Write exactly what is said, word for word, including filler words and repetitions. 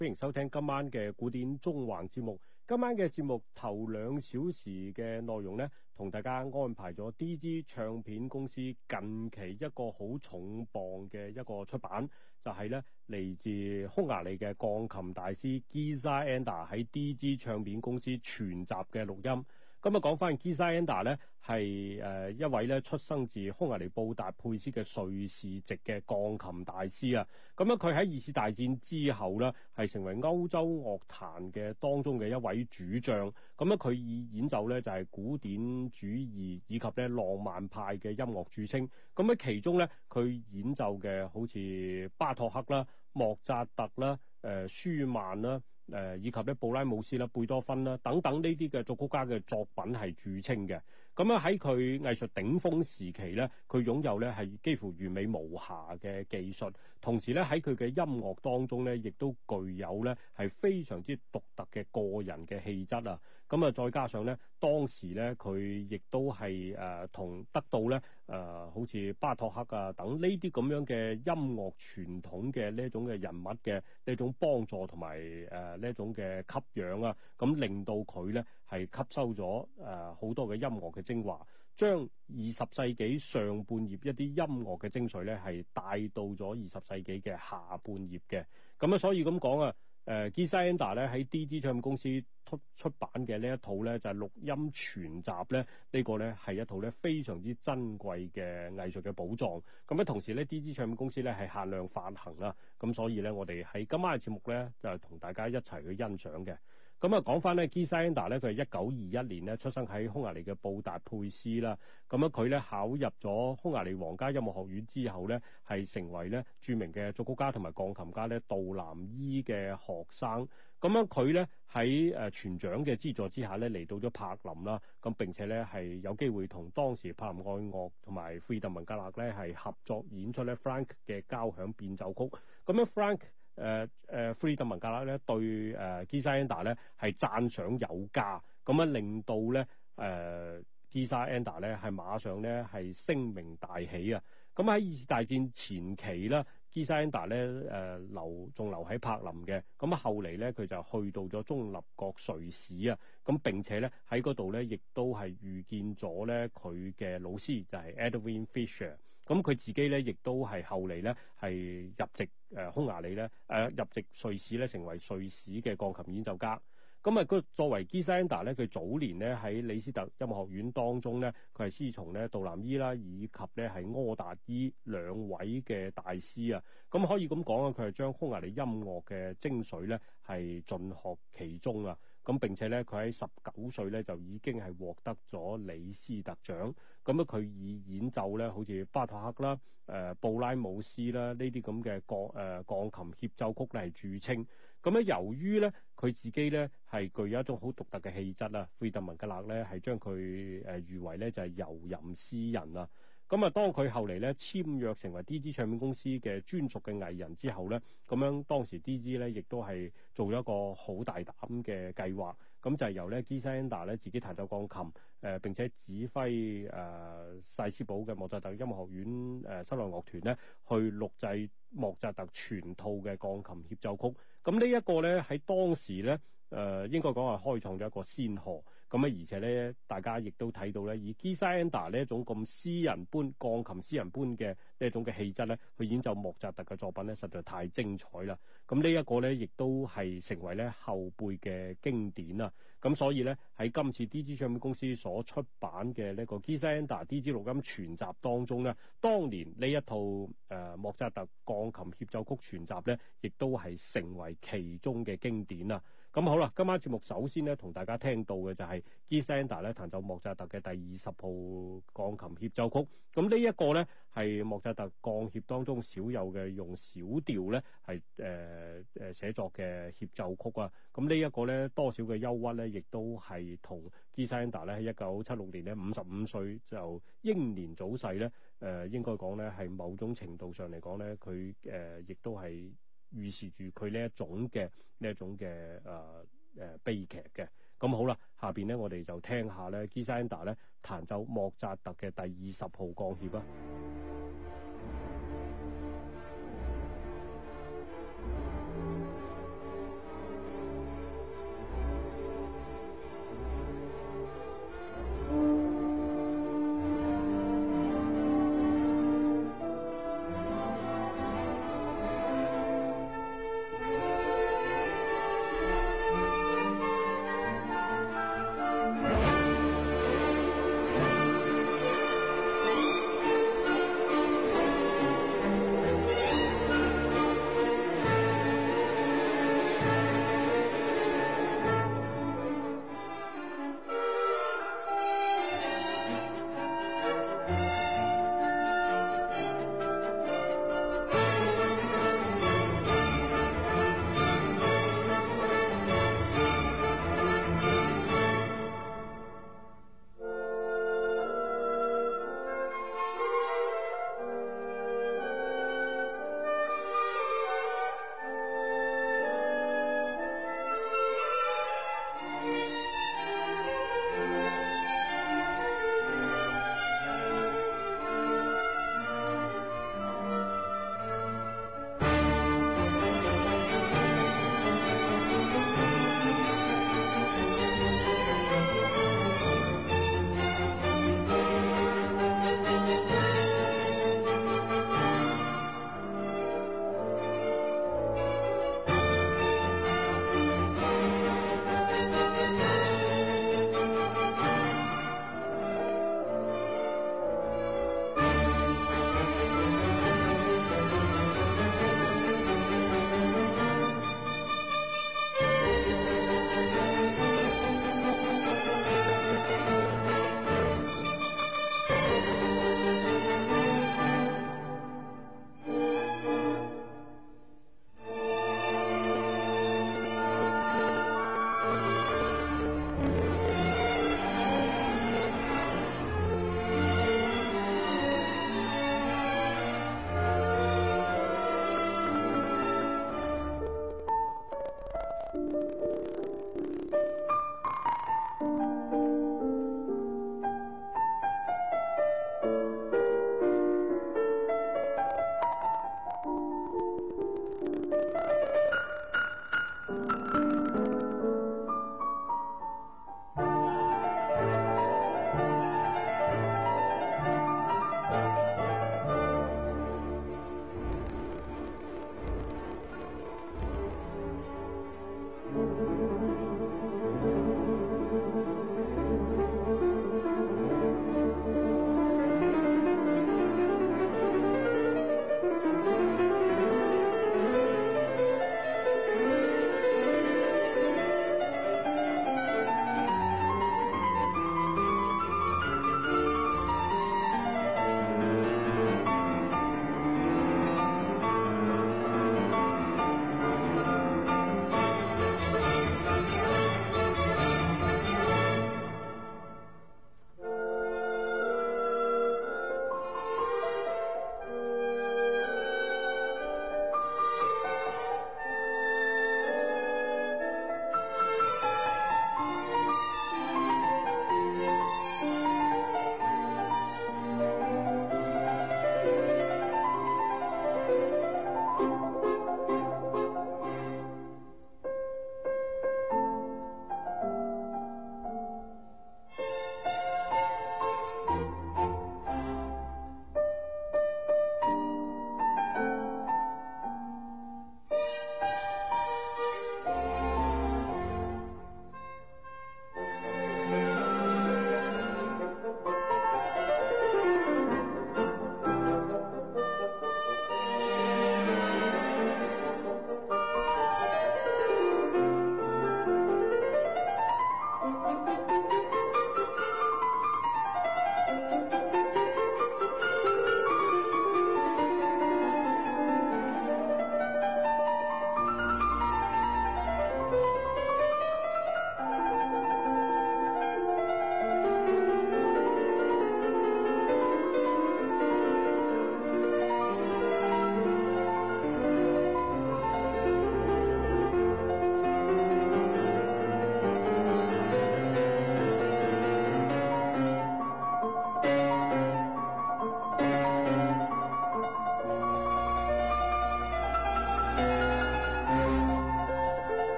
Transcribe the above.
歡迎收聽今晚嘅古典縱橫節目。今晚嘅節目頭兩小時嘅內容呢，同大家安排咗 D G 唱片公司近期一個好重磅嘅一個出版，就係呢嚟自匈牙利嘅鋼琴大師 Géza Anda 喺 D G 唱片公司全集嘅錄音。咁啊，講翻 Géza Anda 咧，係誒一位咧出生自匈牙利布達佩斯嘅瑞士籍嘅鋼琴大師啊。咁樣佢喺二次大戰之後咧，係成為歐洲樂壇嘅當中嘅一位主將。咁樣佢以演奏咧就係古典主義以及咧浪漫派嘅音樂著稱。咁喺其中咧，佢演奏嘅好似巴托克啦、莫扎特啦、誒舒曼啦。誒以及咧布拉姆斯啦、貝多芬啦等等呢啲嘅作曲家嘅作品係著稱嘅。咁樣喺佢藝術頂峰時期咧，佢擁有咧係幾乎完美無瑕嘅技術，同時咧喺佢嘅音樂當中咧，亦都具有咧係非常之獨特嘅個人嘅氣質啊。咁啊，再加上咧當時咧佢亦都係誒同得到咧誒、呃、好似巴托克啊等呢啲咁樣嘅音樂傳統嘅呢一種嘅人物嘅呢種幫助同埋誒呢一種嘅吸氧啊，咁令到佢咧係吸收咗誒好多嘅音樂嘅精華，將二十世紀上半葉一啲音樂嘅精髓咧係帶到咗二十世紀嘅下半葉嘅。咁啊，所以咁講啊，誒 Géza Anda 咧喺 D G 唱片公司出出版嘅呢一套咧就係錄音全集咧，呢個咧係一套咧非常之珍貴嘅藝術嘅寶藏。咁咧同時咧 D G 唱片公司咧係限量發行啦，咁所以咧我哋喺今晚嘅節目咧就係同大家一齊去欣賞嘅。咁啊，講翻咧 Géza Anda 咧，佢係一九二一年咧出生喺匈牙利嘅布達佩斯啦。咁樣佢咧考入咗匈牙利皇家音樂學院之後咧，係成為咧著名嘅作曲家同埋鋼琴家咧杜南伊嘅學生。咁樣佢咧喺誒全獎嘅資助之下咧嚟到咗柏林啦。咁並且咧係有機會同當時柏林愛樂同埋費爾德文格勒咧係合作演出咧 Franck 嘅交響變奏曲。咁樣 Franck 誒誒費爾德文格勒咧對誒 Géza Anda 咧係讚賞有加，咁樣令到咧誒 Géza Anda 咧係馬上咧係聲名大起啊！咁喺二次大戰前期啦，Géza Anda咧誒留仲留喺柏林嘅，咁啊後嚟咧佢就去到咗中立國瑞士啊，咁並且咧喺嗰度咧亦都係遇見咗咧佢嘅老師就係 Edwin Fischer。咁佢自己咧，亦都係後嚟咧係入籍誒匈牙利咧，誒入籍瑞士咧，成為瑞士嘅鋼琴演奏家。咁啊，佢作為 Géza Anda咧，佢早年咧喺李斯特音樂學院當中咧，佢係師從咧杜南伊啦，以及咧係柯達伊兩位嘅大師啊。咁可以咁講啊，佢係將匈牙利音樂嘅精髓咧係盡學其中啊。咁並且咧，佢喺十九歲咧就已經係獲得咗李斯特獎。咁咧，佢以演奏咧，好似巴托克啦、誒、呃、布拉姆斯啦呢啲咁嘅鋼誒鋼琴協奏曲咧係著稱。咁咧，由於咧佢自己咧係具有一種好獨特嘅氣質啊，費爾德文格勒咧係將佢誒譽為咧就係遊吟詩人啊。咁啊，當佢後嚟咧簽約成為 D G 唱片公司嘅專屬嘅藝人之後咧，咁樣當時 D G 咧亦都係做咗一個好大膽嘅計劃，咁就係由咧 Géza Anda 咧自己彈奏鋼琴，誒、呃、並且指揮誒薩斯堡嘅莫扎特音樂學院誒室內樂團咧去錄製莫扎特全套嘅鋼琴協奏曲。咁呢一個咧喺當時咧。誒、呃、應該講係開創咗一個先河，咁啊而且咧，大家亦都睇到咧，以 Géza Anda 呢一種咁詩人般鋼琴詩人般嘅呢一種嘅氣質咧，去演奏莫扎特嘅作品咧，實在太精彩啦！咁呢一個咧，亦都係成為咧後輩嘅經典啦。咁所以咧喺今次 D G 唱片公司所出版嘅呢個 Géza Anda D G 錄音全集當中咧，當年呢一套誒、呃、莫扎特鋼琴協奏曲全集咧，亦都係成為其中嘅經典啦。咁好啦，今晚節目首先咧，同大家聽到嘅就係 Géza Anda咧彈奏莫扎特嘅第二十號鋼琴協奏曲。咁呢一個咧係莫扎特鋼協當中少有嘅用小調咧係誒誒寫作嘅協奏曲啊。咁呢一個咧多少嘅憂鬱咧，亦都係同 Géza Anda咧喺一九七六年咧五十五歲就英年早逝咧。誒、呃、應該講咧係某種程度上嚟講咧，佢誒亦都係。預示住佢呢一種嘅呢一種嘅誒誒悲劇嘅。咁好啦，下邊咧我哋就聽下咧 Géza Anda咧彈奏莫扎特嘅第二十號鋼協啊。